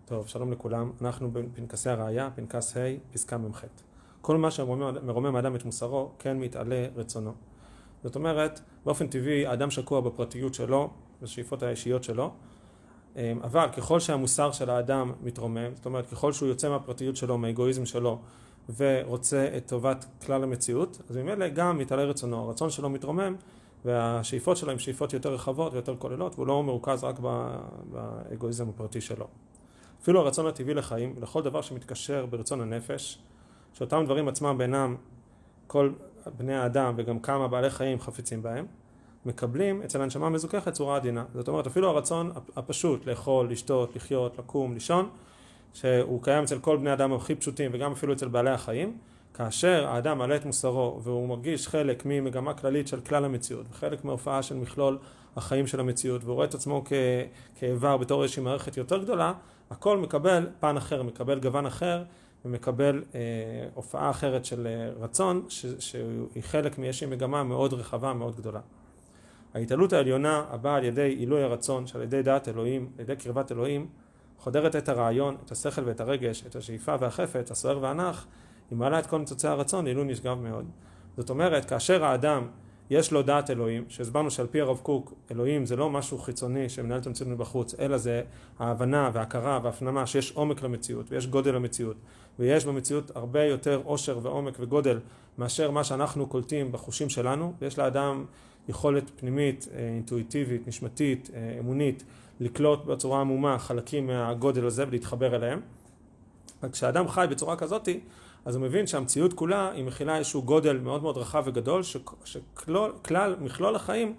טוב, שלום לכולם. אנחנו בפנקסי הראייה, פנקס ה', פסקה ממ"ח. כל מה שמרומם האדם את מוסרו, כן מתעלה רצונו. זאת אומרת, באופן טבעי, האדם שקוע בפרטיות שלו, בשאיפות האישיות שלו, אבל ככל שהמוסר של האדם מתרומם, זאת אומרת, ככל שהוא יוצא מהפרטיות שלו, מהאגואיזם שלו, ורוצה את טובת כלל המציאות, אז ממילא גם מתעלה רצונו. הרצון שלו מתרומם, והשאיפות שלו הן שאיפות יותר רחבות ויותר כוללות, והוא לא מרוכז רק באגואיזם הפרטי שלו. אפילו הרצון הטבעי לחיים, לכל דבר שמתקשר ברצון הנפש, שאותם דברים עצמם בינם כל בני האדם וגם כמה בעלי חיים חפצים בהם, מקבלים אצל הנשמה מזוכחת צורה עדינה. זאת אומרת, אפילו הרצון הפשוט לאכול, לשתות, לחיות, לקום, לישון, שהוא קיים אצל כל בני האדם הכי פשוטים וגם אפילו אצל בעלי החיים, כאשר האדם מעלה את מוסרו והוא מרגיש חלק ממגמה כללית של כלל המציאות וחלק מהופעה של מכלול החיים של המציאות והוא רואה את עצמו כאיבר בתור איזושהי מערכת יותר גדולה, הכל מקבל פן אחר, מקבל גוון אחר ומקבל הופעה אחרת של רצון שהיא חלק מאיזושהי מגמה מאוד רחבה, מאוד גדולה. ההתעלות העליונה הבאה על ידי עילוי הרצון, שעל ידי דעת אלוהים, על ידי קרבת אלוהים, חודרת את הרעיון, את השכל ואת הרגש, את השאיפה והחפץ, הסוער והנח, היא מעלה את כל ניצוצי הרצון לעילוי נשגב מאוד. זאת אומרת, כאשר האדם יש לו דעת אלוהים, שהסברנו שעל פי הרב קוק, אלוהים זה לא משהו חיצוני שמנהל את המציאות מבחוץ, אלא זה ההבנה וההכרה וההפנמה שיש עומק למציאות ויש גודל למציאות, ויש במציאות הרבה יותר עושר ועומק וגודל מאשר מה שאנחנו קולטים בחושים שלנו, ויש לאדם יכולת פנימית, אינטואיטיבית, נשמתית, אמונית, לקלוט בצורה עמומה חלקים מהגודל הזה ולהתחבר אליהם. כשאדם חי בצורה כזאת, אז הוא מבין שהמציאות כולה היא מכילה איזשהו גודל מאוד מאוד רחב וגדול, שכלל מכלול החיים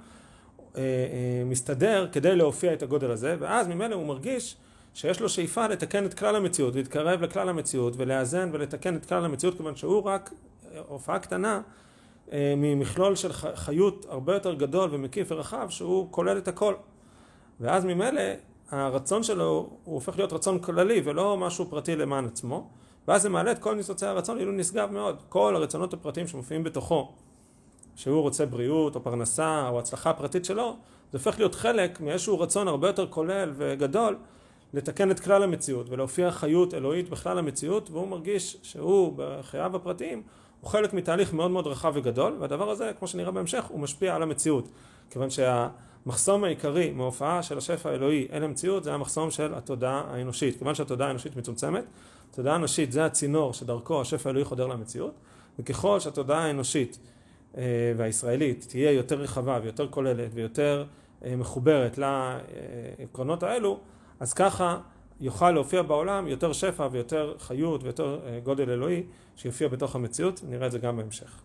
מסתדר כדי להופיע את הגודל הזה, ואז ממילא הוא מרגיש שיש לו שאיפה לתקן את כלל המציאות, להתקרב לכלל המציאות ולאזן ולתקן את כלל המציאות, כיוון שהוא רק הופעה קטנה ממכלול של חיות הרבה יותר גדול ומקיף ורחב, שהוא כולל את הכל. ואז ממילא הרצון שלו הוא הופך להיות רצון כללי ולא משהו פרטי למען עצמו, ואז זה מעלה את כל ניצוצי הרצון לעילוי נשגב מאוד. כל הרצונות הפרטיים שמופיעים בתוכו, שהוא רוצה בריאות או פרנסה או הצלחה פרטית שלו, זה הופך להיות חלק מאיזשהו רצון הרבה יותר כולל וגדול לתקן את כלל המציאות ולהופיע חיות אלוהית בכלל המציאות, והוא מרגיש שהוא בחייו הפרטיים הוא חלק מתהליך מאוד מאוד רחב וגדול, והדבר הזה, כמו שנראה בהמשך, הוא משפיע על המציאות, כיוון שהמחסום העיקרי מההופעה של השפע האלוהי אל המציאות זה המחסום של התודעה האנושית. כיוון שהתודעה האנושית מצומצמת, התודעה האנושית זה הצינור שדרכו השפע האלוהי חודר למציאות, וככל שהתודעה האנושית והישראלית תהיה יותר רחבה ויותר כוללת ויותר מחוברת לעקרונות האלו, אז ככה יוכל להופיע בעולם יותר שפע ויותר חיות ויותר גודל אלוהי שיופיע בתוך המציאות. נראה את זה גם בהמשך.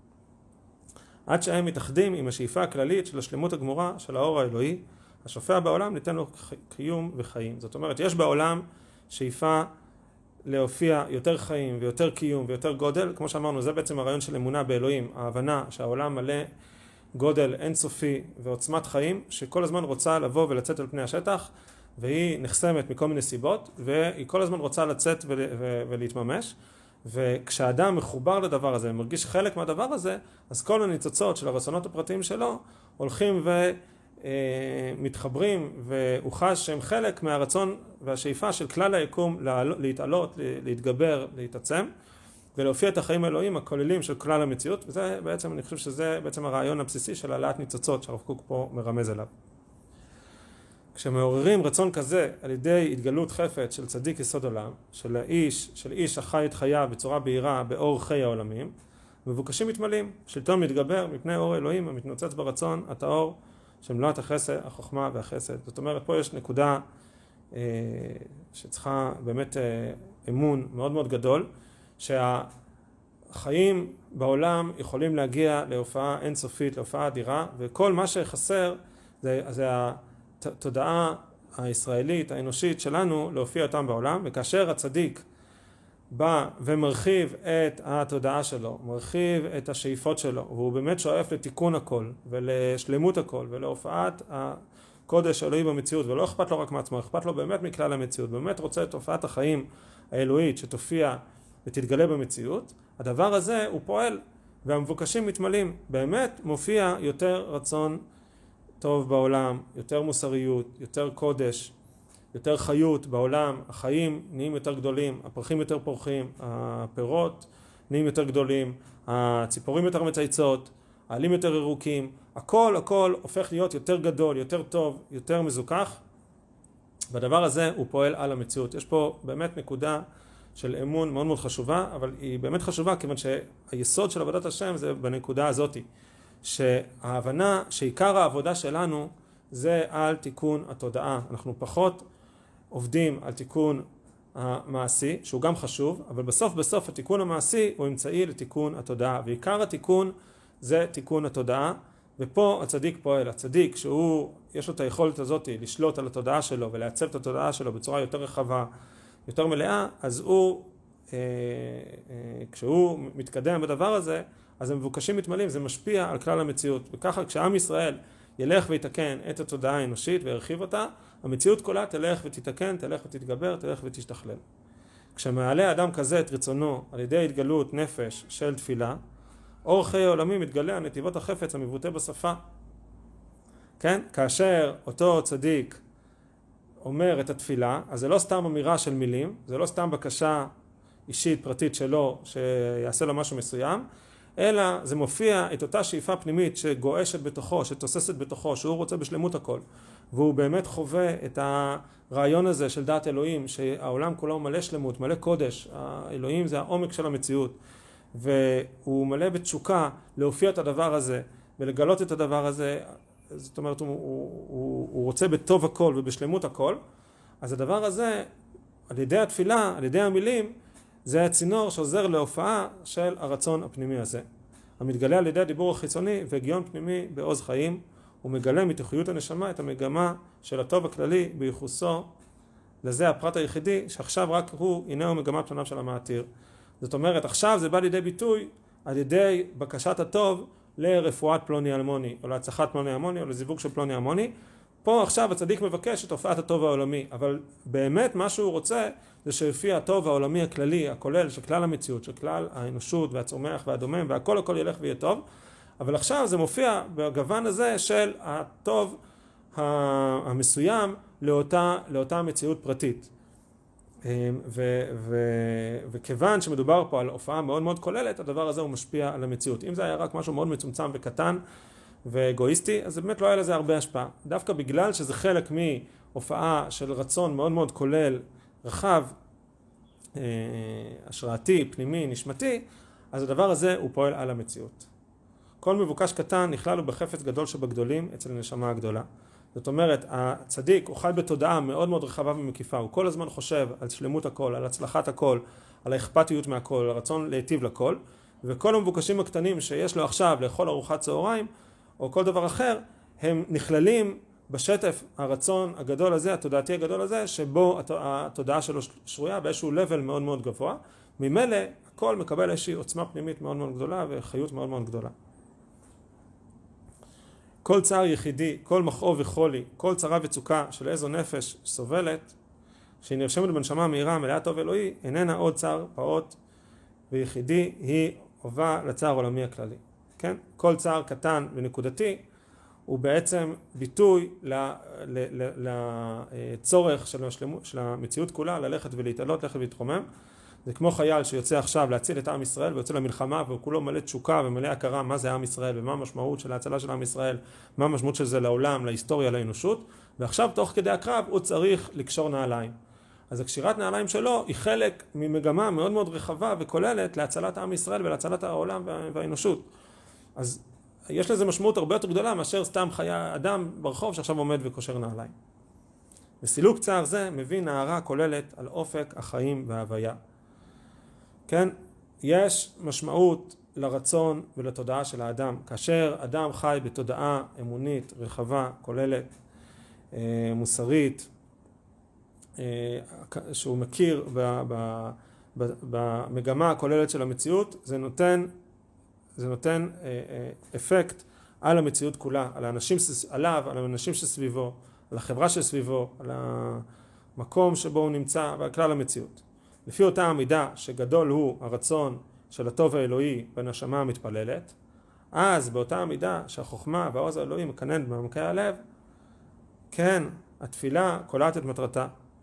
עד שהם מתאחדים עם השאיפה הכללית של השלמות הגמורה של האור האלוהי, השופע בעולם ניתן לו קיום וחיים. זאת אומרת, יש בעולם שאיפה להופיע יותר חיים ויותר קיום ויותר גודל. כמו שאמרנו, זה בעצם הרעיון של אמונה באלוהים, ההבנה שהעולם מלא גודל אינסופי ועוצמת חיים, שכל הזמן רוצה לבוא ולצאת על פני השטח, והיא נחסמת מכל מיני סיבות, והיא כל הזמן רוצה לצאת ולהתממש. וכשאדם מחובר לדבר הזה, מרגיש חלק מהדבר הזה, אז כל הניצוצות של הרצונות הפרטיים שלו הולכים ומתחברים, והוא חש שהם חלק מהרצון והשאיפה של כלל היקום להתעלות, להתגבר, להתעצם, ולהופיע את החיים האלוהים הכוללים של כלל המציאות. וזה בעצם, אני חושב שזה בעצם הרעיון הבסיסי של העלאת ניצוצות שהרב קוק פה מרמז אליו. כשמעוררים רצון כזה על ידי התגלות חפץ של צדיק יסוד עולם, של איש החי את חייו בצורה בהירה באור חיי העולמים, מבוקשים מתמלאים, שלטון מתגבר מפני אור האלוהים המתנוצץ ברצון הטהור של מלאת החסד, החוכמה והחסד. זאת אומרת, פה יש נקודה שצריכה באמת אמון מאוד מאוד גדול, שהחיים בעולם יכולים להגיע להופעה אינסופית, להופעה אדירה, וכל מה שחסר זה התודעה הישראלית, האנושית שלנו, להופיע אותם בעולם. וכאשר הצדיק בא ומרחיב את התודעה שלו, מרחיב את השאיפות שלו, והוא באמת שואף לתיקון הכל ולשלמות הכל ולהופעת הקודש האלוהי במציאות, ולא אכפת לו רק מעצמו, אכפת לו באמת מכלל המציאות, באמת רוצה את הופעת החיים האלוהית שתופיע ותתגלה במציאות, הדבר הזה הוא פועל והמבוקשים מתמלאים. באמת מופיע יותר רצון טוב בעולם, יותר מוסריות, יותר קודש, יותר חיות בעולם, החיים נהיים יותר גדולים, הפרחים יותר פורחים, הפירות נהיים יותר גדולים, הציפורים יותר מצייצות, העלים יותר ירוקים, הכל הופך להיות יותר גדול, יותר טוב, יותר מזוכח, והדבר הזה הוא פועל על המציאות. יש פה באמת נקודה של אמון מאוד מאוד חשובה, אבל היא באמת חשובה כיוון שהיסוד של עבודת השם זה בנקודה הזאת, שההבנה שעיקר העבודה שלנו זה על תיקון התודעה. אנחנו פחות עובדים על תיקון המעשי, שהוא גם חשוב, אבל בסוף התיקון המעשי הוא אמצעי לתיקון התודעה, ועיקר התיקון זה תיקון התודעה, ופה הצדיק פועל. הצדיק שהוא יש לו את היכולת הזאת לשלוט על התודעה שלו ולעצב את התודעה שלו בצורה יותר רחבה, יותר מלאה, אז הוא, כשהוא מתקדם בדבר הזה, אז המבוקשים מתמלאים, זה משפיע על כלל המציאות. וככה כשעם ישראל ילך ויתקן את התודעה האנושית וירחיב אותה, המציאות כולה תלך ותתקן, תלך ותתגבר, תלך ותשתכלל. כשמעלה אדם כזה את רצונו על ידי התגלות נפש של תפילה, אור חיי העולמים מתגלה על נתיבות החפץ המבוטא בשפה. כן? כאשר אותו צדיק אומר את התפילה, אז זה לא סתם אמירה של מילים, זה לא סתם בקשה אישית פרטית שלו שיעשה לו משהו מסוים, אלא זה מופיע את אותה שאיפה פנימית שגועשת בתוכו, שתוססת בתוכו, שהוא רוצה בשלמות הכל. והוא באמת חווה את הרעיון הזה של דעת אלוהים, שהעולם כולו מלא שלמות, מלא קודש, האלוהים זה העומק של המציאות, והוא מלא בתשוקה להופיע את הדבר הזה ולגלות את הדבר הזה. זאת אומרת, הוא רוצה בטוב הכל ובשלמות הכל. אז הדבר הזה, על ידי התפילה, על ידי המילים, זה הצינור שעוזר להופעה של הרצון הפנימי הזה. המתגלה על ידי הדיבור החיצוני והגיון פנימי בעוז חיים, הוא מגלה מתוכיות הנשמה את המגמה של הטוב הכללי בייחוסו לזה הפרט היחידי, שעכשיו רק הוא, הנה הוא מגמת פניו של המעתיר. זאת אומרת, עכשיו זה בא לידי ביטוי על ידי בקשת הטוב לרפואת פלוני אלמוני, או להצלחת פלוני אלמוני, או לזיווג של פלוני אלמוני. פה עכשיו הצדיק מבקש את הופעת הטוב העולמי, אבל באמת מה שהוא רוצה זה שיופיע הטוב העולמי הכללי, הכולל של כלל המציאות, של כלל האנושות והצומח והדומם, והכל הכל ילך ויהיה טוב. אבל עכשיו זה מופיע בגוון הזה של הטוב המסוים לאותה מציאות פרטית. וכיוון שמדובר פה על הופעה מאוד מאוד כוללת, הדבר הזה הוא משפיע על המציאות. אם זה היה רק משהו מאוד מצומצם וקטן ואגואיסטי, אז באמת לא היה לזה הרבה השפעה. דווקא בגלל שזה חלק מהופעה של רצון מאוד מאוד כולל, רחב, השראתי, פנימי, נשמתי, אז הדבר הזה הוא פועל על המציאות. כל מבוקש קטן נכלל הוא בחפץ גדול שבגדולים אצל הנשמה הגדולה. זאת אומרת, הצדיק הוא חי בתודעה מאוד מאוד רחבה ומקיפה, הוא כל הזמן חושב על שלמות הכל, על הצלחת הכל, על האכפתיות מהכל, על הרצון להיטיב לכל, וכל המבוקשים הקטנים שיש לו עכשיו לאכול ארוחת צהריים, או כל דבר אחר, הם נכללים בשטף הרצון הגדול הזה, התודעתי הגדול הזה, שבו התודעה שלו שרויה באיזשהו לבל מאוד מאוד גבוה, ממילא הכל מקבל איזושהי עוצמה פנימית מאוד מאוד גדולה וחיות מאוד מאוד גדולה. כל צער יחידי, כל מכאוב וחולי, כל צרה וצוקה של איזו נפש סובלת, שהיא נרשמת בנשמה מהירה מלאה טוב אלוהי, איננה עוד צער פעוט ויחידי, היא הובה לצער עולמי הכללי. כן? כל צער קטן ונקודתי הוא בעצם ביטוי לצורך של המציאות כולה ללכת ולהתעלות, ללכת ולהתרומם. זה כמו חייל שיוצא עכשיו להציל את עם ישראל ויוצא למלחמה והוא כולו מלא תשוקה ומלא הכרה מה זה עם ישראל ומה המשמעות של ההצלה של עם ישראל, מה המשמעות של זה לעולם, להיסטוריה, לאנושות, ועכשיו תוך כדי הקרב הוא צריך לקשור נעליים. אז הקשירת נעליים שלו היא חלק ממגמה מאוד מאוד רחבה וכוללת להצלת עם ישראל ולהצלת העולם והאנושות. אז יש לזה משמעות הרבה יותר גדולה מאשר סתם חיה אדם ברחוב שעכשיו עומד וקושר נעליים. וסילוק צער זה מביא נערה כוללת על אופק החיים וההוויה. כן? יש משמעות לרצון ולתודעה של האדם. כאשר אדם חי בתודעה אמונית, רחבה, כוללת, מוסרית, שהוא מכיר במגמה הכוללת של המציאות, זה נותן אפקט על המציאות כולה, על האנשים עליו, על האנשים שסביבו, על החברה שסביבו, על המקום שבו הוא נמצא ועל כלל המציאות. לפי אותה המידה שגדול הוא הרצון של הטוב האלוהי בנשמה המתפללת, אז באותה המידה שהחוכמה והעוז האלוהי מקנן במעמקי הלב, כן, התפילה קולעת את מטרתה.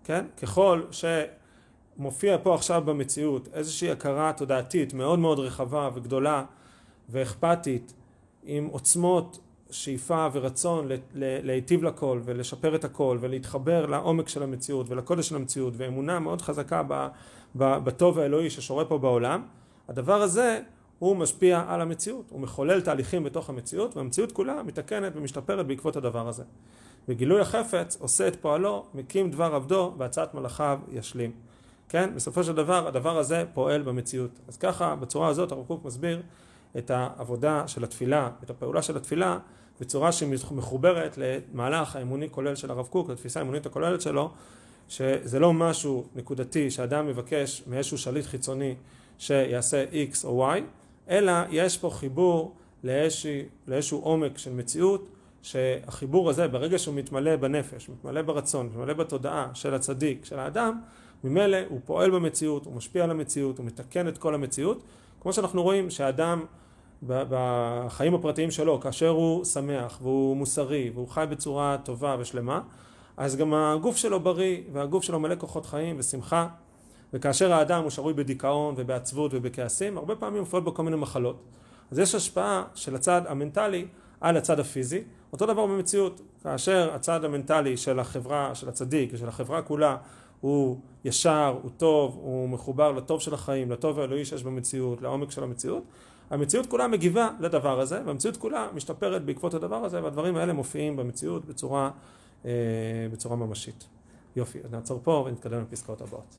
כן? ככל שמופיע פה עכשיו במציאות איזושהי הכרה תודעתית מאוד מאוד רחבה וגדולה ואכפתית, עם עוצמות שאיפה ורצון להיטיב לכל ולשפר את הכל ולהתחבר לעומק של המציאות ולקודש של המציאות, ואמונה מאוד חזקה בטוב האלוהי ששורה פה בעולם, הדבר הזה הוא משפיע על המציאות, הוא מחולל תהליכים בתוך המציאות, והמציאות כולה מתקנת ומשתפרת בעקבות הדבר הזה. וגילוי החפץ עושה את פועלו, מקים דבר עבדו, והצעת מלאכיו ישלים. כן? בסופו של דבר, הדבר הזה פועל במציאות. אז ככה, בצורה הזאת, הרב קוק מסביר את העבודה של התפילה, את הפעולה של התפילה, בצורה שמחוברת למהלך האמוני כולל של הרב קוק, לתפיסה האמונית הכוללת שלו, שזה לא משהו נקודתי שאדם מבקש מאיזשהו שליט חיצוני שיעשה X או Y, אלא יש פה חיבור לאיזשהו עומק של מציאות, שהחיבור הזה ברגע שהוא מתמלא בנפש, מתמלא ברצון, מתמלא בתודעה של הצדיק, של האדם, ממילא הוא פועל במציאות, הוא משפיע על המציאות, הוא מתקן את כל המציאות, כמו שאנחנו רואים שהאדם בחיים הפרטיים שלו, כאשר הוא שמח והוא מוסרי והוא חי בצורה טובה ושלמה, אז גם הגוף שלו בריא והגוף שלו מלא כוחות חיים ושמחה, וכאשר האדם הוא שרוי בדיכאון ובעצבות ובכעסים, הרבה פעמים מופעל בו כל מיני מחלות. אז יש השפעה של הצד המנטלי על הצד הפיזי. אותו דבר במציאות, כאשר הצד המנטלי של החברה, של הצדיק ושל החברה כולה הוא ישר, הוא טוב, הוא מחובר לטוב של החיים, לטוב האלוהי שיש במציאות, לעומק של המציאות, המציאות כולה מגיבה לדבר הזה, והמציאות כולה משתפרת בעקבות הדבר הזה, והדברים האלה מופיעים במציאות בצורה ממשית. יופי, אז נעצור פה ונתקדם לפסקאות הבאות.